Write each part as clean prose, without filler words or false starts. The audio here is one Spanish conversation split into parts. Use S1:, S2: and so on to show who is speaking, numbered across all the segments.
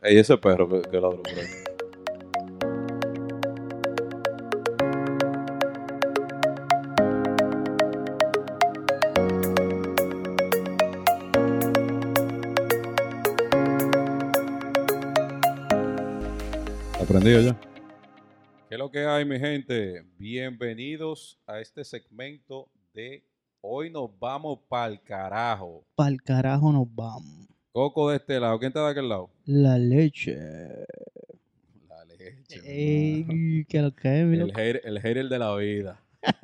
S1: Ey, ese perro que ladró por ahí. ¿Aprendido ya? ¿Qué es lo que hay, mi gente? Bienvenidos a este segmento de Hoy nos vamos pa'l carajo.
S2: Pa'l carajo nos vamos.
S1: Coco de este lado. ¿Quién está de aquel lado?
S2: La leche.
S1: La leche.
S2: Ey, ¿qué lo que es, mi loco?
S1: El hater de la vida.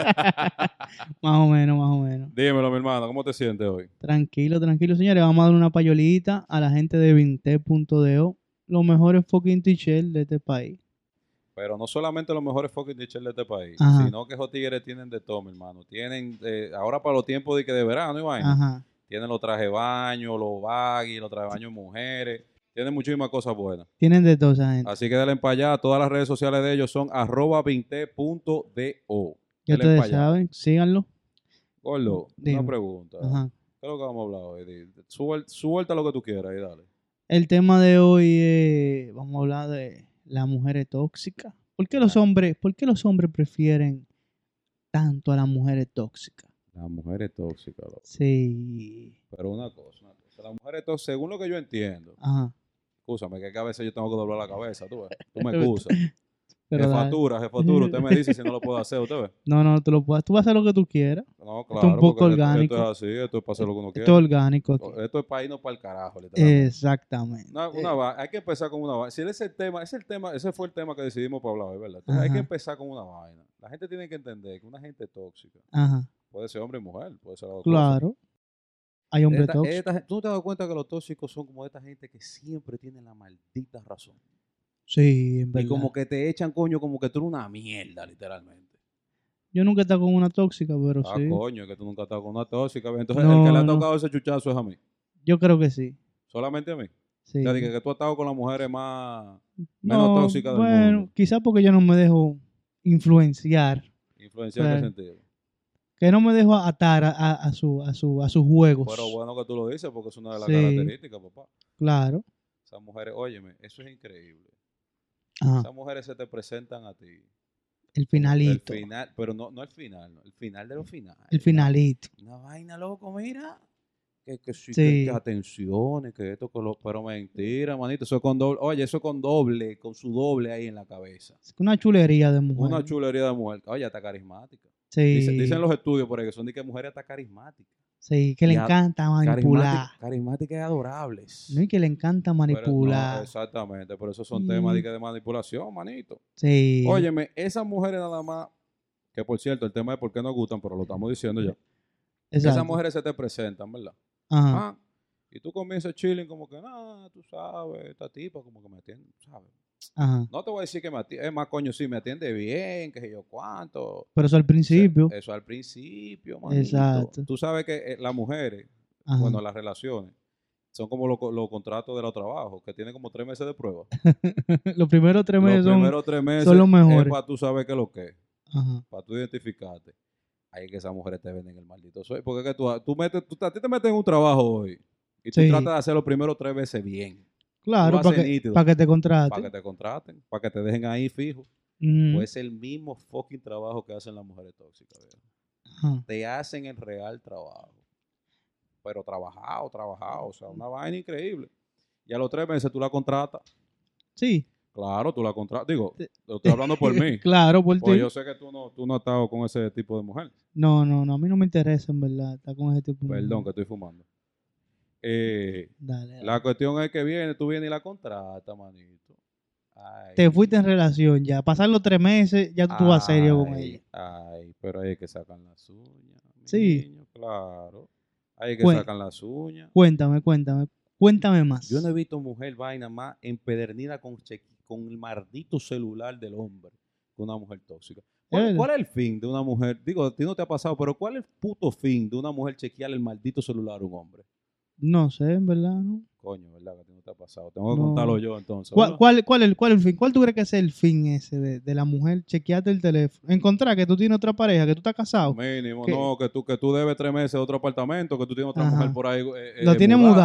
S2: Más o menos.
S1: Dímelo, mi hermano, ¿cómo te sientes hoy?
S2: Tranquilo, señores. Vamos a dar una payolita a la gente de Vinte.do. Los mejores fucking teachers de este país.
S1: Pero no solamente los mejores fucking teachers de este país,
S2: Ajá.
S1: sino que esos tigres tienen de todo, mi hermano. Tienen, ahora para los tiempos de verano y vaina,
S2: Ajá.
S1: tienen los trajes de baño, los baggy, los trajes de baño mujeres. Tienen muchísimas cosas buenas.
S2: Tienen de toda esa gente.
S1: Así que denle para allá. Todas las redes sociales de ellos son @vinte.do.
S2: Ya ustedes saben, síganlo.
S1: Gordo,
S2: Dime.
S1: una pregunta.
S2: Ajá.
S1: ¿Qué es lo que vamos a hablar hoy? Suelta lo que tú quieras y dale.
S2: El tema de hoy es, vamos a hablar de las mujeres tóxicas. ¿Por qué los hombres prefieren tanto a las mujeres tóxicas?
S1: Las mujeres tóxicas, loco.
S2: Sí.
S1: Pero una cosa. Las mujeres tóxicas, según lo que yo entiendo,
S2: Ajá.
S1: escúchame, que a veces yo tengo que doblar la cabeza, tú ves. Tú me excusas.
S2: Pero
S1: Jefatura, usted me dice si no lo puedo hacer, usted ve.
S2: No, tú lo puedes. Tú vas a hacer lo que tú quieras.
S1: No,
S2: Esto es
S1: claro,
S2: un poco
S1: porque
S2: orgánico.
S1: esto es así, esto es para hacer lo que uno quiere.
S2: Esto es orgánico aquí.
S1: Esto es para irnos para el carajo, literalmente.
S2: Exactamente.
S1: Hay que empezar con una vaina. Si ese fue el tema que decidimos para hablar hoy, ¿verdad? Entonces, hay que empezar con una vaina. La gente tiene que entender que una gente tóxica
S2: Ajá.
S1: puede ser hombre y mujer, puede ser las dos
S2: Claro. Hay hombres
S1: cosas.
S2: tóxicos.
S1: ¿Tú no te das cuenta que los tóxicos son como esta gente que siempre tienen la maldita razón?
S2: Sí, en verdad.
S1: Y como que te echan, coño, como que tú eres una mierda, literalmente.
S2: Yo nunca he estado con una tóxica, pero sí.
S1: Coño, que tú nunca has estado con una tóxica. Entonces,
S2: No,
S1: el que le ha
S2: no.
S1: tocado ese chuchazo es a mí.
S2: Yo creo que sí.
S1: ¿Solamente a mí?
S2: Sí.
S1: O sea, que tú has estado con las mujeres menos tóxicas del
S2: bueno,
S1: mundo.
S2: quizás porque yo no me dejo influenciar.
S1: ¿Influenciar en qué sentido?
S2: Que no me dejo atar a sus juegos.
S1: Pero bueno que tú lo dices porque es una de las
S2: Sí.
S1: características, papá.
S2: Claro.
S1: Esas mujeres, óyeme, eso es increíble.
S2: Ajá.
S1: Esas mujeres se te presentan a ti.
S2: El finalito.
S1: El final, pero no el final, no, el final de los finales.
S2: El finalito.
S1: Una vaina, loco, mira. Que sí,
S2: Sí.
S1: que atenciones, que esto, pero mentira, manito. Eso es con doble, oye, eso es con su doble ahí en la cabeza.
S2: Es una chulería de mujer.
S1: Una chulería de mujer. Oye, está carismática.
S2: Sí.
S1: Dicen los estudios por ahí que son de que mujeres hasta carismáticas.
S2: Sí, que le encanta manipular.
S1: Carismáticas y adorables.
S2: No, y que le encanta manipular.
S1: No, exactamente, pero esos son temas de manipulación, manito.
S2: Sí.
S1: Óyeme, esas mujeres nada más, que por cierto, el tema es por qué nos gustan, pero lo estamos diciendo ya.
S2: Exacto.
S1: Esas mujeres se te presentan, ¿verdad?
S2: Ajá.
S1: Y tú comienzas chilling como que, tú sabes, esta tipa como que me atiende, ¿sabes?
S2: Ajá.
S1: No te voy a decir que me atiende, es más, coño, sí, me atiende bien, que sé yo cuánto.
S2: Pero eso al principio.
S1: Eso al principio, manito.
S2: Exacto.
S1: Tú sabes que las mujeres,
S2: Ajá.
S1: bueno, las relaciones, son como los contratos de los trabajos, que tienen como 3 meses de prueba.
S2: Los primeros 3 meses
S1: Los primeros 3 meses
S2: son los mejores.
S1: es para tú saber qué es lo que es.
S2: Ajá.
S1: Para tú identificarte. Ahí es que esas mujeres te venden el maldito sueño. Porque es que a ti te metes en un trabajo hoy y tú
S2: Sí.
S1: tratas de hacer los primeros 3 veces bien.
S2: Claro, para que te contraten.
S1: Para que te contraten, para que te dejen ahí fijo.
S2: Mm.
S1: Pues es el mismo fucking trabajo que hacen las mujeres tóxicas.
S2: Ajá.
S1: Te hacen el real trabajo. Pero trabajado. O sea, una vaina increíble. Y a los 3 meses tú la contratas.
S2: Sí.
S1: Claro, tú la contratas. Digo, lo estoy hablando por mí.
S2: Claro, por ti.
S1: Pues yo sé que tú no has estado con ese tipo de mujer.
S2: No, a mí no me interesa en verdad estar con ese tipo de
S1: Perdón,
S2: mujer.
S1: que estoy fumando.
S2: Dale.
S1: La cuestión es que tú vienes y la contratas, manito. Ay.
S2: Te fuiste en relación ya. Pasan los 3 meses, ya tú vas serio con ella.
S1: Ay, pero ahí es que sacan las uñas.
S2: Sí.
S1: Niño, claro. Ahí es que sacan las uñas.
S2: Cuéntame más.
S1: Yo no he visto mujer vaina más empedernida con el maldito celular del hombre que una mujer tóxica. ¿Cuál es el fin de una mujer? Digo, a ti no te ha pasado, pero ¿cuál es el puto fin de una mujer chequear el maldito celular a un hombre?
S2: No sé, en verdad, ¿no?
S1: Coño, ¿verdad? Que a ti no te ha pasado. Tengo que contarlo yo entonces.
S2: ¿Cuál es el fin? ¿Cuál tú crees que es el fin ese de la mujer? Chequearte el teléfono. Encontrar que tú tienes otra pareja, que tú estás casado.
S1: Mínimo, no, que tú debes 3 meses de otro apartamento, que tú tienes otra mujer por ahí.
S2: Lo tienes mudada.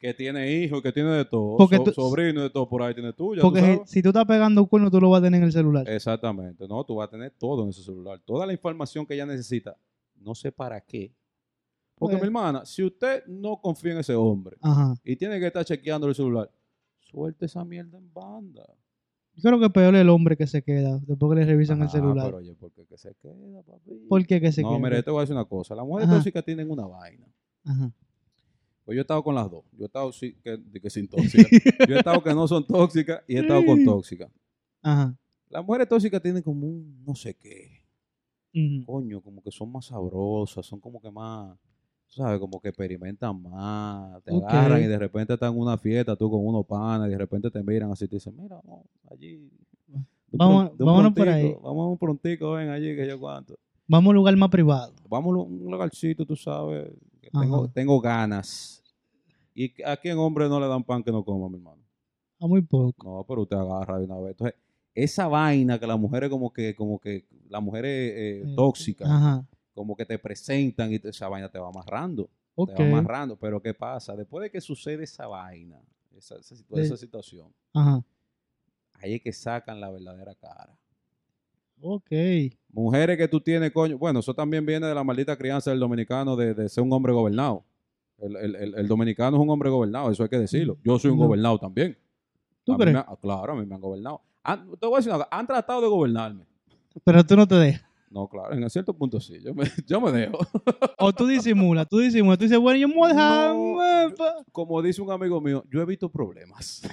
S1: que tiene hijos, que tiene de todo,
S2: Porque
S1: sobrino y de todo, por ahí tiene tuya.
S2: Porque si tú estás pegando cuerno, tú lo vas a tener en el celular.
S1: Exactamente, no, tú vas a tener todo en ese celular, toda la información que ella necesita, no sé para qué. Porque mi hermana, si usted no confía en ese hombre y tiene que estar chequeando el celular, suelte esa mierda en banda.
S2: Yo creo que peor es el hombre que se queda después que le revisan el celular.
S1: Pero oye, ¿por qué que se queda, papi?
S2: ¿Por qué que se queda?
S1: No, mire, te voy a decir una cosa. Las mujeres tóxicas tienen una vaina. Pues yo he estado con las dos. Yo he estado que sin tóxicas. Yo he estado que no son tóxicas y he estado con tóxicas. Las mujeres tóxicas tienen como un no sé qué. Coño, como que son más sabrosas, son como que más, ¿sabes? Como que experimentan más, te agarran y de repente están en una fiesta, tú con unos panas, y de repente te miran así y te dicen, mira, vamos allí.
S2: Vámonos por ahí.
S1: Vamos a un prontico, ven allí, que yo cuánto.
S2: Vamos a un lugar más privado.
S1: Vamos a un lugarcito, tú sabes, que tengo ganas. Y a quién hombre no le dan pan que no coma, mi hermano.
S2: A muy poco.
S1: No, pero usted agarra de una vez. Entonces, esa vaina que las mujeres como que las mujeres tóxicas, como que te presentan y esa vaina te va amarrando. Te va amarrando. Pero ¿qué pasa? Después de que sucede esa vaina, esa situación, ahí es que sacan la verdadera cara. Mujeres que tú tienes, coño. Bueno, eso también viene de la maldita crianza del dominicano de ser un hombre gobernado. El dominicano es un hombre gobernado, eso hay que decirlo. Yo soy un gobernado también.
S2: ¿Tú crees?
S1: Claro, a mí me han gobernado. Te voy a decir algo, han tratado de gobernarme.
S2: Pero tú no te dejas.
S1: No, claro, en cierto punto sí, yo me dejo.
S2: O tú disimulas, tú dices, bueno, yo me voy a dejar.
S1: Como dice un amigo mío, yo evito problemas.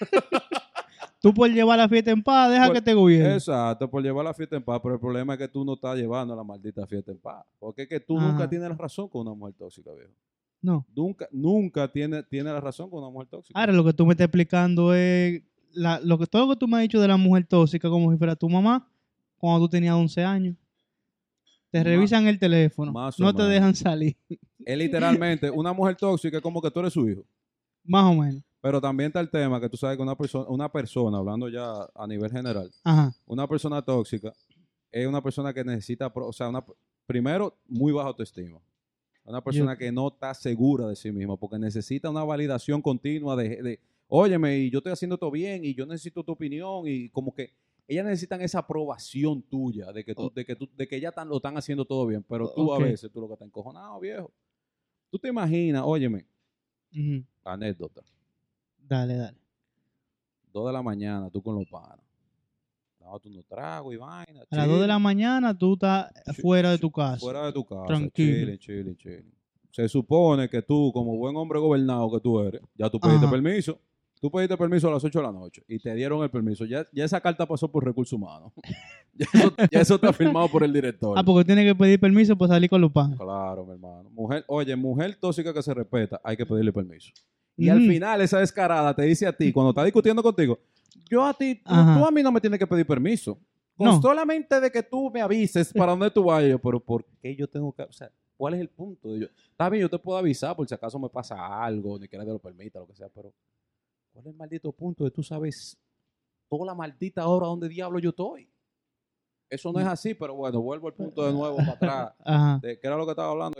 S2: Tú por llevar la fiesta en paz, deja que te gobierne.
S1: Exacto, por llevar la fiesta en paz, pero el problema es que tú no estás llevando la maldita fiesta en paz. Porque es que tú nunca tienes la razón con una mujer tóxica, viejo.
S2: No.
S1: Nunca tiene la razón con una mujer tóxica.
S2: Ahora, lo que tú me estás explicando es todo lo que tú me has dicho de la mujer tóxica, como si fuera tu mamá, cuando tú tenías 11 años. Te revisan el teléfono, no te dejan salir.
S1: Es literalmente, una mujer tóxica es como que tú eres su hijo.
S2: Más o menos.
S1: Pero también está el tema que tú sabes que una persona, hablando ya a nivel general, una persona tóxica es una persona que necesita, o sea, primero, muy baja autoestima. Una persona que no está segura de sí misma porque necesita una validación continua de óyeme, y yo estoy haciendo todo bien y yo necesito tu opinión y como que ellas necesitan esa aprobación tuya de que ellas lo están haciendo todo bien, pero tú a veces, tú lo que estás encojonado, viejo. Tú te imaginas, óyeme, anécdota.
S2: Dale.
S1: 2 de la mañana, tú con los panas. Tú no trago y vaina.
S2: A las 2 de la mañana tú estás fuera de tu casa.
S1: Fuera de tu casa.
S2: Tranquilo.
S1: Chilling. Se supone que tú, como buen hombre gobernado que tú eres, ya tú pediste permiso. Tú pediste permiso a las 8 de la noche y te dieron el permiso. Ya esa carta pasó por recursos humanos. ya eso está firmado por el director.
S2: Porque tiene que pedir permiso para salir con los panas.
S1: Claro, mi hermano. Mujer tóxica que se respeta, hay que pedirle permiso. Y al final esa descarada te dice a ti, cuando está discutiendo contigo, tú a mí no me tienes que pedir permiso. Solamente de que tú me avises para dónde tú vayas. Pero ¿por qué yo tengo que...? O sea, ¿cuál es el punto? Está bien, yo te puedo avisar por si acaso me pasa algo, ni que nadie lo permita, lo que sea, pero ¿cuál es el maldito punto de tú sabes toda la maldita hora donde diablo yo estoy? Eso no es así, pero bueno, vuelvo al punto de nuevo para atrás. ¿Qué era lo que estaba hablando?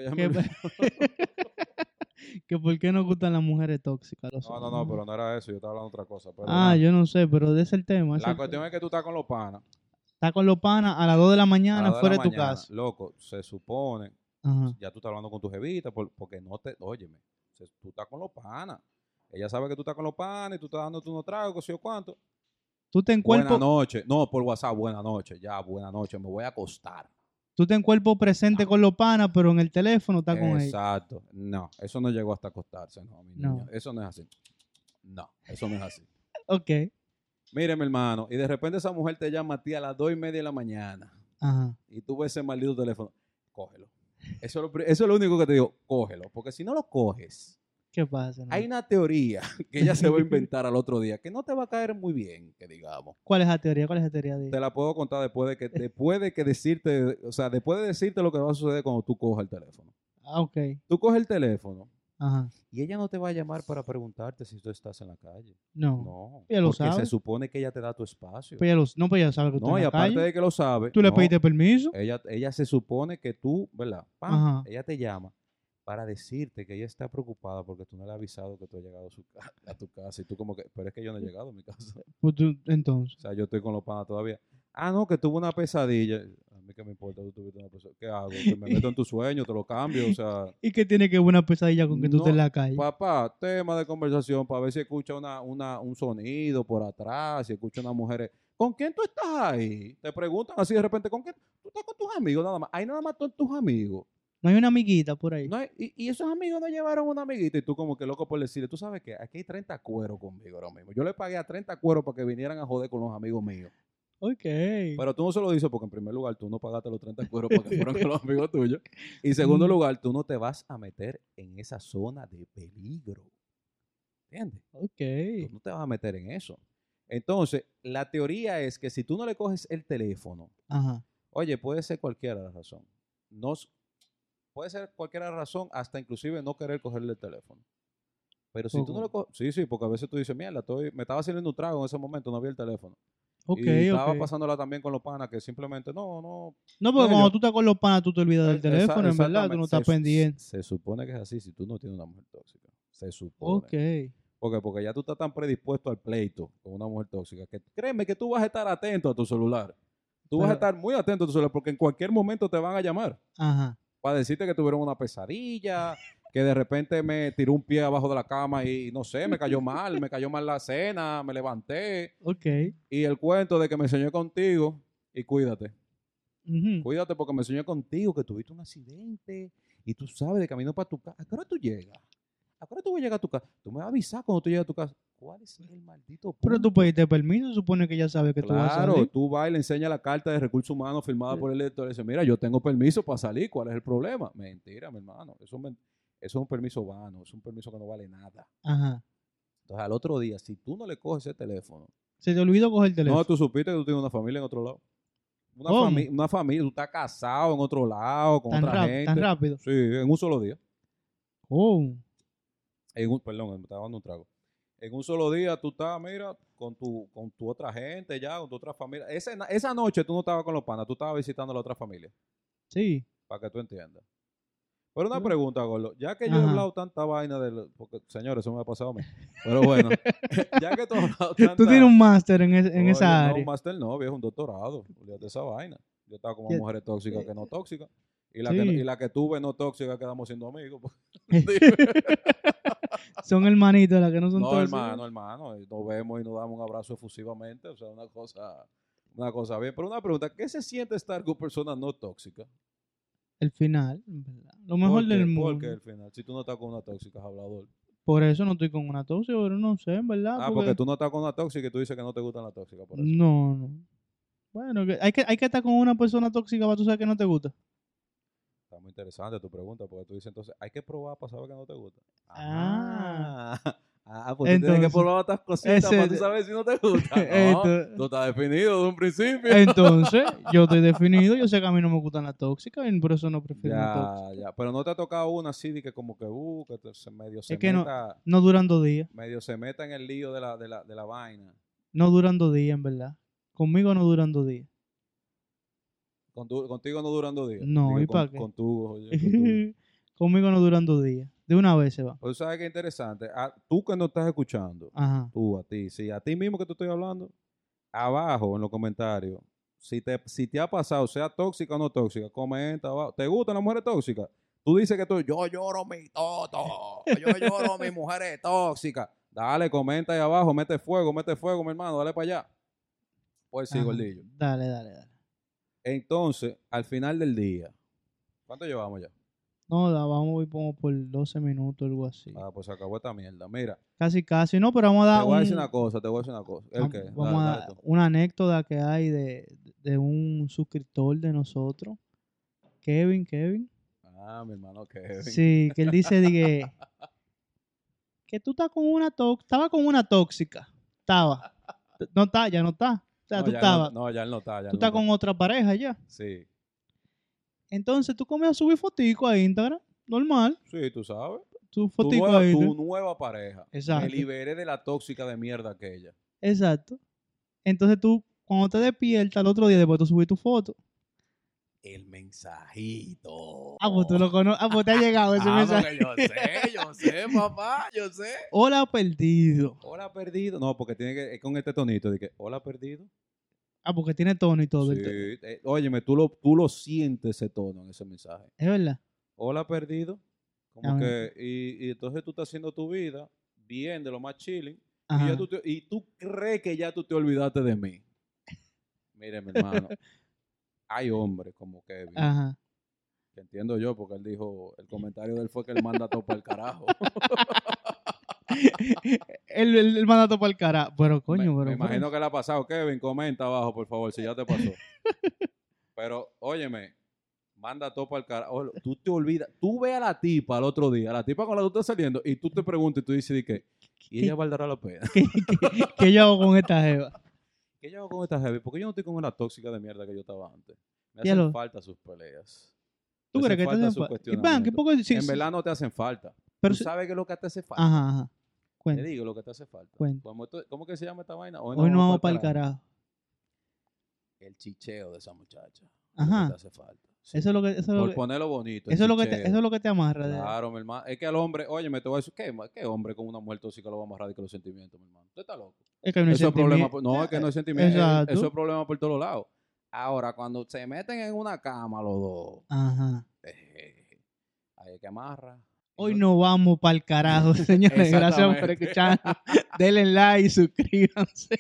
S2: Que por qué nos gustan las mujeres tóxicas.
S1: No, pero no era eso, yo estaba hablando de otra cosa. Pero
S2: yo no sé, pero de ese el tema.
S1: La cuestión es que tú estás con los panas.
S2: Estás con los panas a las 2 de la mañana fuera de tu casa.
S1: Loco, se supone, ya tú estás hablando con tu jevita, porque no te, óyeme, tú estás con los panas. Ella sabe que tú estás con los panas y tú estás dando unos tragos, qué sé yo cuánto.
S2: Tú te encuentras.
S1: Buenas noches. No, por WhatsApp, buenas noches. Ya, buenas noches, me voy a acostar.
S2: Tú te encuentras presente con los panas, pero en el teléfono está con ellos.
S1: Exacto. No, eso no llegó hasta acostarse, no, mi niña. Eso no es así. No, eso no es así.
S2: Ok.
S1: Mire, mi hermano, y de repente esa mujer te llama a ti a las 2:30 de la mañana. Y tú ves ese maldito teléfono. Cógelo. Eso es lo único que te digo. Cógelo. Porque si no lo coges,
S2: ¿qué pasa?
S1: Hay una teoría que ella se va a inventar al otro día que no te va a caer muy bien, que digamos.
S2: ¿Cuál es la teoría?
S1: Te la puedo contar después de decirte, o sea, después de decirte lo que va a suceder cuando tú cojas el teléfono.
S2: Ok.
S1: Tú coges el teléfono y ella no te va a llamar para preguntarte si tú estás en la calle.
S2: No.
S1: Ella
S2: lo
S1: porque
S2: sabe.
S1: se supone que ella te da tu espacio.
S2: Pues ella sabe que tú estás en la calle.
S1: Y aparte de que lo sabe.
S2: ¿Tú le pediste permiso?
S1: Ella se supone que tú, ¿verdad? Ella te llama para decirte que ella está preocupada porque tú no le has avisado que tú has llegado a tu casa. Y tú como que, pero es que yo no he llegado a mi casa.
S2: Pues entonces.
S1: O sea, yo estoy con los panas todavía. Ah, no, que tuve una pesadilla. A mí que me importa, tú tuviste una pesadilla. ¿Qué hago? ¿Que me meto en tu sueño? ¿Te lo cambio? O sea...
S2: ¿Y qué tiene que ver una pesadilla con que tú estés en la calle?
S1: Papá, tema de conversación para ver si escucha un sonido por atrás, si escucha una mujer. ¿Con quién tú estás ahí? Te preguntan así de repente, ¿con quién? Tú estás con tus amigos nada más. Ahí nada más tú tus amigos.
S2: No hay una amiguita por ahí.
S1: No hay, y esos amigos no llevaron una amiguita y tú como que loco por decirle, tú sabes que aquí hay 30 cueros conmigo ahora mismo. Yo le pagué a 30 cueros para que vinieran a joder con los amigos míos.
S2: Ok.
S1: Pero tú no se lo dices porque en primer lugar tú no pagaste los 30 cueros para que fueran con los amigos tuyos. Y en segundo lugar, tú no te vas a meter en esa zona de peligro. ¿Entiendes?
S2: Ok.
S1: Tú no te vas a meter en eso. Entonces, la teoría es que si tú no le coges el teléfono,
S2: ajá,
S1: oye, puede ser cualquiera la razón. Puede ser cualquier razón, hasta inclusive no querer cogerle el teléfono. Pero si tú no lo coges, sí, porque a veces tú dices, mierda, me estaba sirviendo un trago en ese momento, no había el teléfono. Y estaba pasándola también con los panas que simplemente no.
S2: No, porque cuando tú estás con los panas, tú te olvidas del teléfono, en verdad, tú no estás pendiente.
S1: Se supone que es así si tú no tienes una mujer tóxica. Se supone.
S2: Ok.
S1: Porque ya tú estás tan predispuesto al pleito con una mujer tóxica que créeme que tú vas a estar atento a tu celular. Tú vas a estar muy atento a tu celular porque en cualquier momento te van a llamar.
S2: Ajá.
S1: Para decirte que tuvieron una pesadilla, que de repente me tiró un pie abajo de la cama y no sé, me cayó mal la cena, me levanté.
S2: Ok.
S1: Y el cuento de que me soñé contigo y cuídate. Cuídate porque me soñé contigo, que tuviste un accidente y tú sabes de camino para tu casa. ¿A qué hora tú llegas? ¿A qué hora tú vas a llegar a tu casa? Tú me vas a avisar cuando tú llegues a tu casa. ¿Cuál es el maldito punto?
S2: Pero tú pediste permiso, supone que ya sabe que tú vas a salir.
S1: Claro, tú vas y le enseñas la carta de recursos humanos firmada por el lector y dice, mira, yo tengo permiso para salir, ¿cuál es el problema? Mentira, mi hermano, eso es un permiso vano, es un permiso que no vale nada.
S2: Ajá.
S1: Entonces, al otro día, si tú no le coges ese teléfono...
S2: Se te olvidó coger el teléfono.
S1: No, tú supiste que tú tienes una familia en otro lado. Una familia, tú estás casado en otro lado, con otra gente.
S2: ¿Tan rápido?
S1: Sí, en un solo día. Perdón, me estaba dando un trago. En un solo día tú estás, mira, con tu otra gente ya, con tu otra familia. Esa noche tú no estabas con los panas, tú estabas visitando a la otra familia.
S2: Sí.
S1: Para que tú entiendas. Pero una pregunta, Gordo. Ya que yo he hablado tanta vaina porque, señores, eso me ha pasado a mí. Pero bueno, ya que tú has hablado tanta...
S2: Tú tienes un máster en esa área.
S1: No, un máster no, viejo, un doctorado. Olvídate esa vaina. Yo estaba con mujeres tóxicas que no tóxicas. Y la que tuve no tóxica quedamos siendo amigos.
S2: Son hermanitos las que no son tóxicas.
S1: No, hermano. Nos vemos y nos damos un abrazo efusivamente. O sea, una cosa bien. Pero una pregunta, ¿qué se siente estar con personas no tóxicas?
S2: El final, ¿verdad? Lo mejor del mundo.
S1: ¿Por qué el final? Si tú no estás con una tóxica, hablador.
S2: Por eso no estoy con una tóxica, pero no sé, en verdad.
S1: Porque tú no estás con una tóxica y tú dices que no te gustan las tóxicas. Por eso.
S2: No. Bueno, hay que estar con una persona tóxica para tú saber que no te gusta.
S1: Está muy interesante tu pregunta, porque tú dices entonces, hay que probar para saber que no te gusta. Pues entonces, tú tienes que probar otras cositas para tú saber si no te gusta. No, tú estás definido de un principio.
S2: Entonces, yo estoy definido, yo sé que a mí no me gustan las tóxicas y por eso no prefiero una tóxica.
S1: Ya, pero no te ha tocado una así de que como que medio se
S2: que
S1: meta.
S2: No duran 2 días.
S1: Medio se meta en el lío de la vaina.
S2: No duran 2 días, en verdad. Conmigo no duran 2 días.
S1: Contigo no duran 2 días.
S2: No, ¿y para qué?
S1: Contigo.
S2: Conmigo no duran 2 días. De una vez se va.
S1: Pues sabes qué interesante. Tú que no estás escuchando, tú a ti, sí, a ti mismo que te estoy hablando, abajo en los comentarios, si te ha pasado, sea tóxica o no tóxica, comenta abajo. ¿Te gustan las mujeres tóxicas? Tú dices que yo lloro mi toto, yo lloro mi mujer tóxica. Dale, comenta ahí abajo, mete fuego, mi hermano, dale para allá. Pues sí, gordillo.
S2: Dale.
S1: Entonces, al final del día, ¿cuánto llevamos ya?
S2: No, vamos a ir como por 12 minutos, algo así.
S1: Pues se acabó esta mierda. Mira.
S2: Casi, no, pero vamos a dar
S1: Te voy a decir una cosa. ¿El qué?
S2: Vamos a dar una anécdota que hay de un suscriptor de nosotros, Kevin.
S1: Mi hermano Kevin.
S2: Sí, que él dice que tú estás con estaba con una tóxica. Estaba. No está, ya no está. O sea, tú estabas.
S1: No, ya él no está.
S2: Tú estás con otra pareja ya.
S1: Sí.
S2: Entonces tú comienzas a subir fotico a Instagram, normal.
S1: Sí, tú sabes.
S2: Tu
S1: nueva pareja.
S2: Exacto.
S1: Me liberé de la tóxica de mierda aquella.
S2: Exacto. Entonces tú, cuando te despiertas el otro día, después tú subes tu foto.
S1: el mensajito.
S2: Pues tú lo conoces. Pues te ha llegado ese mensaje.
S1: Yo sé, papá, yo sé.
S2: Hola, perdido.
S1: Hola, perdido. No, porque tiene que, es con este tonito de que, hola, perdido.
S2: Porque tiene tono y todo.
S1: Sí. Óyeme, tú lo sientes ese tono en ese mensaje.
S2: Es verdad.
S1: Hola, perdido. Como que, y entonces tú estás haciendo tu vida bien, de lo más chilling. Y tú crees que ya tú te olvidaste de mí. Mire, mi hermano. Hay hombres como Kevin. Que entiendo yo, porque él dijo, el comentario de él fue que él manda todo para el carajo.
S2: él manda todo para el carajo. Pero coño,
S1: me imagino que le ha pasado. Kevin, comenta abajo, por favor, si ya te pasó. Pero, óyeme, manda todo para el carajo. Tú te olvidas. Tú ve a la tipa el otro día, a la tipa con la que tú estás saliendo, y tú te preguntas y tú dices, ¿y ella valdrá la pena?
S2: ¿Qué yo hago con esta jeva?
S1: ¿Qué yo hago con esta jeva? Porque yo no estoy con una tóxica de mierda que yo estaba antes. Me hacen falta sus peleas.
S2: ¿Tú crees que te hacen falta?
S1: En verdad no te hacen falta. Pero tú sabes que es lo que te hace falta.
S2: Ajá.
S1: Te digo lo que te hace falta. ¿Cómo que se llama esta vaina?
S2: Hoy no vamos para el carajo.
S1: El chicheo de esa muchacha.
S2: Ajá.
S1: Lo que te hace falta. Sí.
S2: Eso es lo que,
S1: por ponerlo bonito.
S2: Eso es lo que te amarra.
S1: Claro, mi hermano. Es que al hombre, oye, me te voy a decir, ¿qué hombre con una mujer tóxica lo va a amarrar de que los sentimientos, mi hermano? Usted está loco.
S2: Es que no hay sentimiento.
S1: No, es que no hay sentimiento. Eso es problema por todos lados. Ahora, cuando se meten en una cama los dos, hay que amarrar.
S2: Hoy no vamos para el carajo, señores. Gracias por escuchar. Denle like, suscríbanse.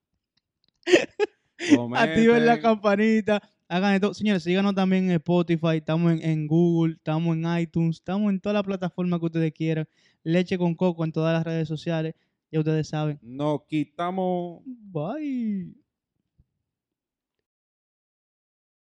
S2: Activen la campanita. Hagan esto. Señores, síganos también en Spotify. Estamos en Google. Estamos en iTunes. Estamos en todas las plataformas que ustedes quieran. Leche con Coco en todas las redes sociales. Ya ustedes saben.
S1: Nos quitamos.
S2: Bye.